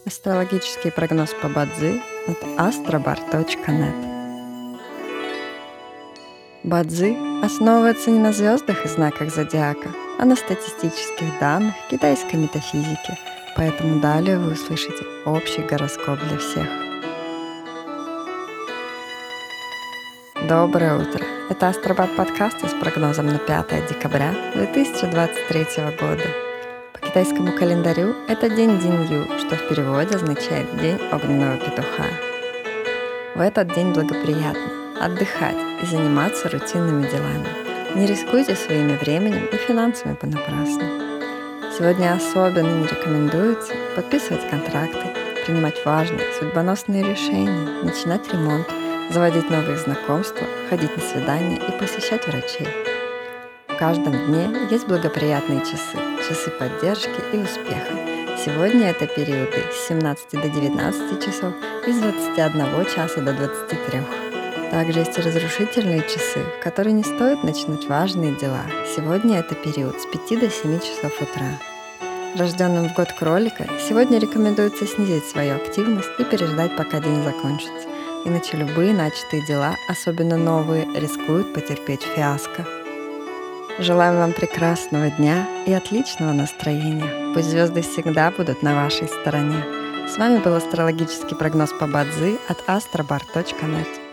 Астрологический прогноз по Бадзи от astrobar.net. Бадзи основывается не на звездах и знаках зодиака, а на статистических данных китайской метафизики, поэтому далее вы услышите общий гороскоп для всех. Доброе утро! Это Астробар подкасты с прогнозом на 5 декабря 2023 года. По китайскому календарю это день Динью, что в переводе означает «день огненного петуха». В этот день благоприятно отдыхать и заниматься рутинными делами. Не рискуйте своими временем и финансами понапрасну. Сегодня особенно не рекомендуется подписывать контракты, принимать важные судьбоносные решения, начинать ремонт, заводить новые знакомства, ходить на свидания и посещать врачей. В каждом дне есть благоприятные часы поддержки и успеха. Сегодня это периоды с 17 до 19 часов и с 21 часа до 23. Также есть и разрушительные часы, в которые не стоит начинать важные дела. Сегодня это период с 5 до 7 часов утра. Рожденным в год кролика сегодня рекомендуется снизить свою активность и переждать, пока день закончится. Иначе любые начатые дела, особенно новые, рискуют потерпеть фиаско. Желаем вам прекрасного дня и отличного настроения. Пусть звезды всегда будут на вашей стороне. С вами был астрологический прогноз по Бадзи от astrobar.net.